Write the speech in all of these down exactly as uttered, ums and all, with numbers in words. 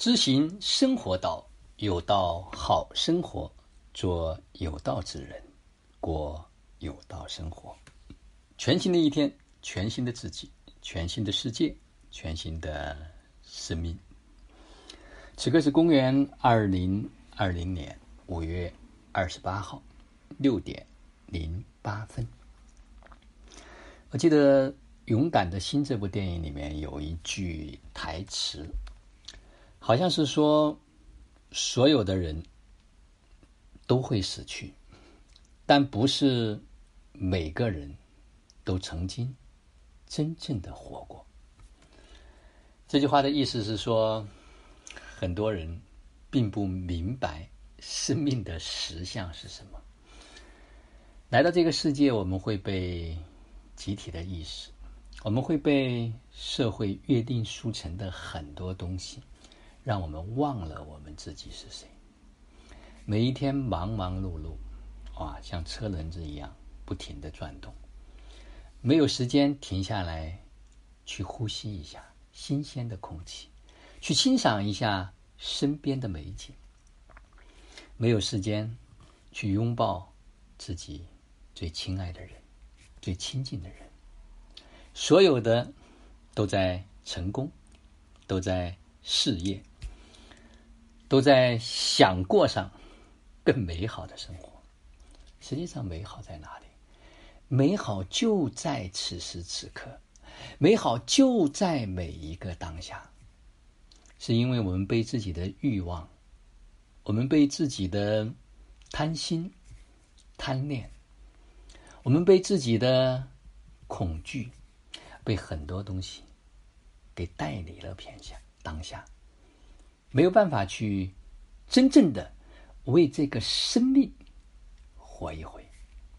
知行生活道，有道好生活，做有道之人，过有道生活。全新的一天，全新的自己，全新的世界，全新的生命。此刻是公元二零二零年五月二十八号六点零八分。我记得《勇敢的心》这部电影里面有一句台词，好像是说所有的人都会死去，但不是每个人都曾经真正的活过。这句话的意思是说，很多人并不明白生命的实相是什么。来到这个世界，我们会被集体的意识，我们会被社会约定俗成的很多东西让我们忘了我们自己是谁。每一天忙忙碌碌，哇，像车轮子一样不停地转动，没有时间停下来去呼吸一下新鲜的空气，去欣赏一下身边的美景，没有时间去拥抱自己最亲爱的人，最亲近的人。所有的都在成功，都在事业，都在想过上更美好的生活。实际上美好在哪里？美好就在此时此刻，美好就在每一个当下。是因为我们被自己的欲望，我们被自己的贪心贪恋，我们被自己的恐惧，被很多东西给带离了偏下当下，没有办法去真正的为这个生命活一回。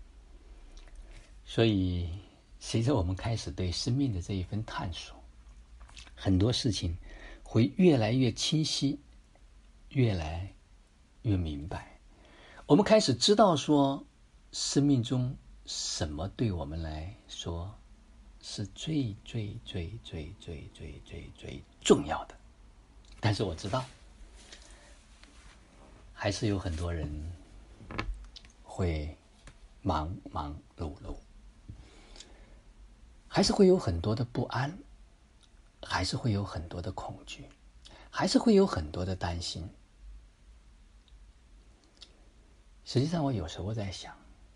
所以随着我们开始对生命的这一份探索，很多事情会越来越清晰，越来越明白。我们开始知道说，生命中什么对我们来说是最最最最最最最最重要的。但是我知道，还是有很多人会忙忙碌碌，还是会有很多的不安，还是会有很多的恐惧，还是会有很多的担心。实际上我有时候在想，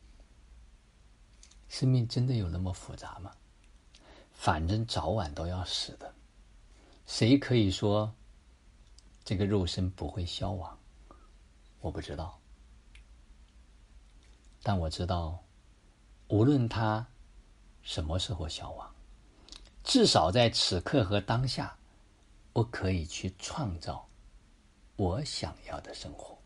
生命真的有那么复杂吗？反正早晚都要死的，谁可以说这个肉身不会消亡？我不知道，但我知道无论它什么时候消亡，至少在此刻和当下，我可以去创造我想要的生活。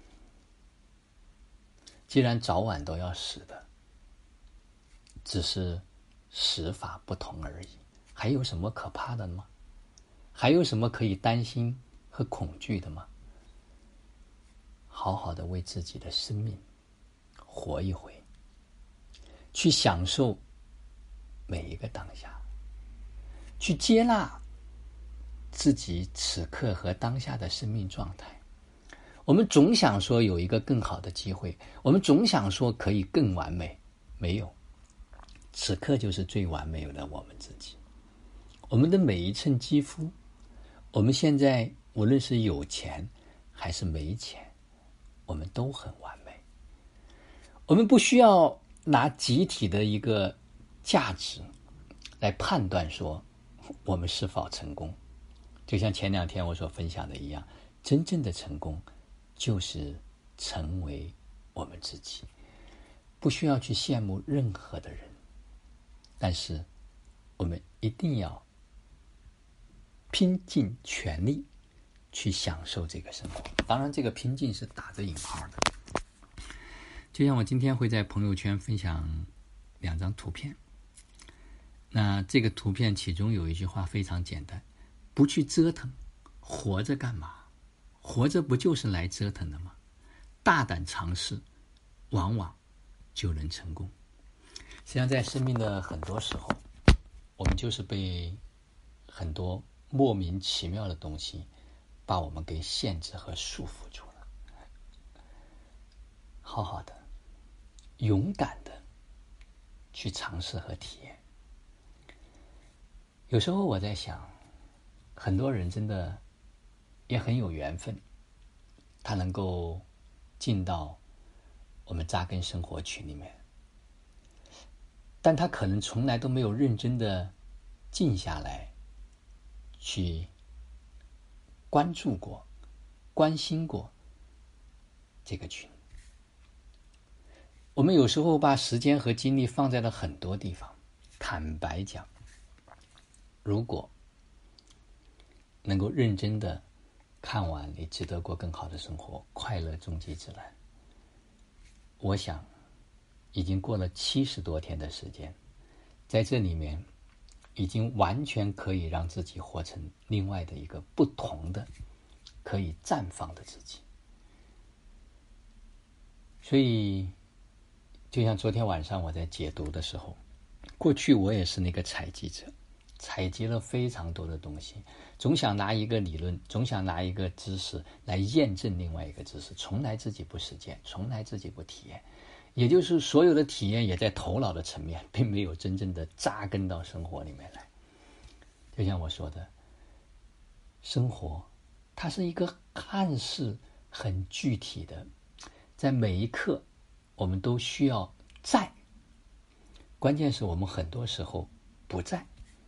既然早晚都要死的，只是死法不同而已，还有什么可怕的吗？还有什么可以担心和恐惧的吗？好好的为自己的生命活一回，去享受每一个当下，去接纳自己此刻和当下的生命状态。我们总想说有一个更好的机会，我们总想说可以更完美，没有，此刻就是最完美的我们自己。我们的每一寸肌肤，我们现在无论是有钱还是没钱，我们都很完美。我们不需要拿集体的一个价值来判断说我们是否成功。就像前两天我所分享的一样，真正的成功就是成为我们自己，不需要去羡慕任何的人，但是我们一定要拼尽全力去享受这个生活。当然这个拼尽是打着引号的。就像我今天会在朋友圈分享两张图片，那这个图片其中有一句话非常简单，不去折腾，活着干嘛？活着不就是来折腾的吗？大胆尝试，往往就能成功。实际上在生命的很多时候，我们就是被很多莫名其妙的东西把我们给限制和束缚住了。好好的勇敢的去尝试和体验。有时候我在想，很多人真的也很有缘分，他能够进到我们扎根生活群里面，但他可能从来都没有认真的静下来去关注过、关心过这个群。我们有时候把时间和精力放在了很多地方，坦白讲，如果能够认真的看完你值得过更好的生活，快乐终极指南，我想已经过了七十多天的时间，在这里面已经完全可以让自己活成另外的一个不同的可以绽放的自己。所以就像昨天晚上我在解读的时候，过去我也是那个采集者，采集了非常多的东西，总想拿一个理论，总想拿一个知识来验证另外一个知识，从来自己不实践，从来自己不体验，也就是所有的体验也在头脑的层面，并没有真正的扎根到生活里面来。就像我说的，生活它是一个看似很具体的，在每一刻我们都需要在，关键是我们很多时候不在。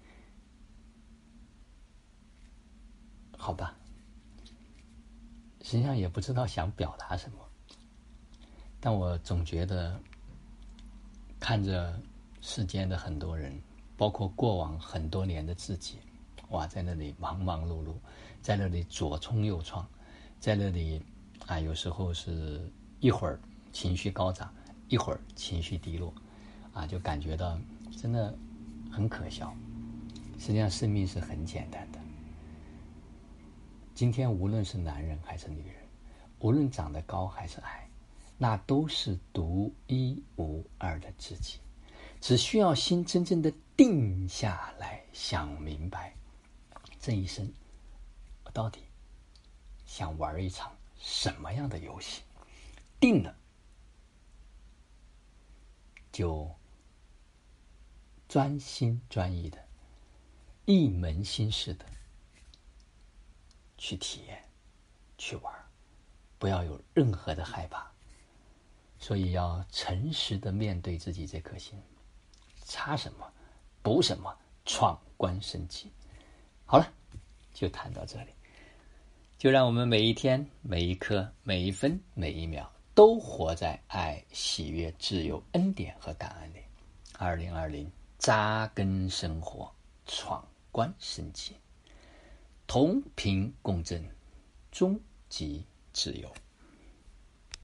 好吧，实际上也不知道想表达什么，但我总觉得看着世间的很多人，包括过往很多年的自己，哇，在那里忙忙碌碌，在那里左冲右撞，在那里啊，有时候是一会儿情绪高涨，一会儿情绪低落，啊，就感觉到真的很可笑。实际上生命是很简单的，今天无论是男人还是女人，无论长得高还是矮，那都是独一无二的自己，只需要心真正的定下来，想明白这一生我到底想玩一场什么样的游戏，定了就专心专意的一门心思的去体验去玩，不要有任何的害怕。所以要诚实的面对自己这颗心，差什么补什么，闯关升级。好了，就谈到这里，就让我们每一天每一刻每一分每一秒都活在爱喜悦自由恩典和感恩里。二零二零扎根生活，闯关升级，同频共振，终极自由。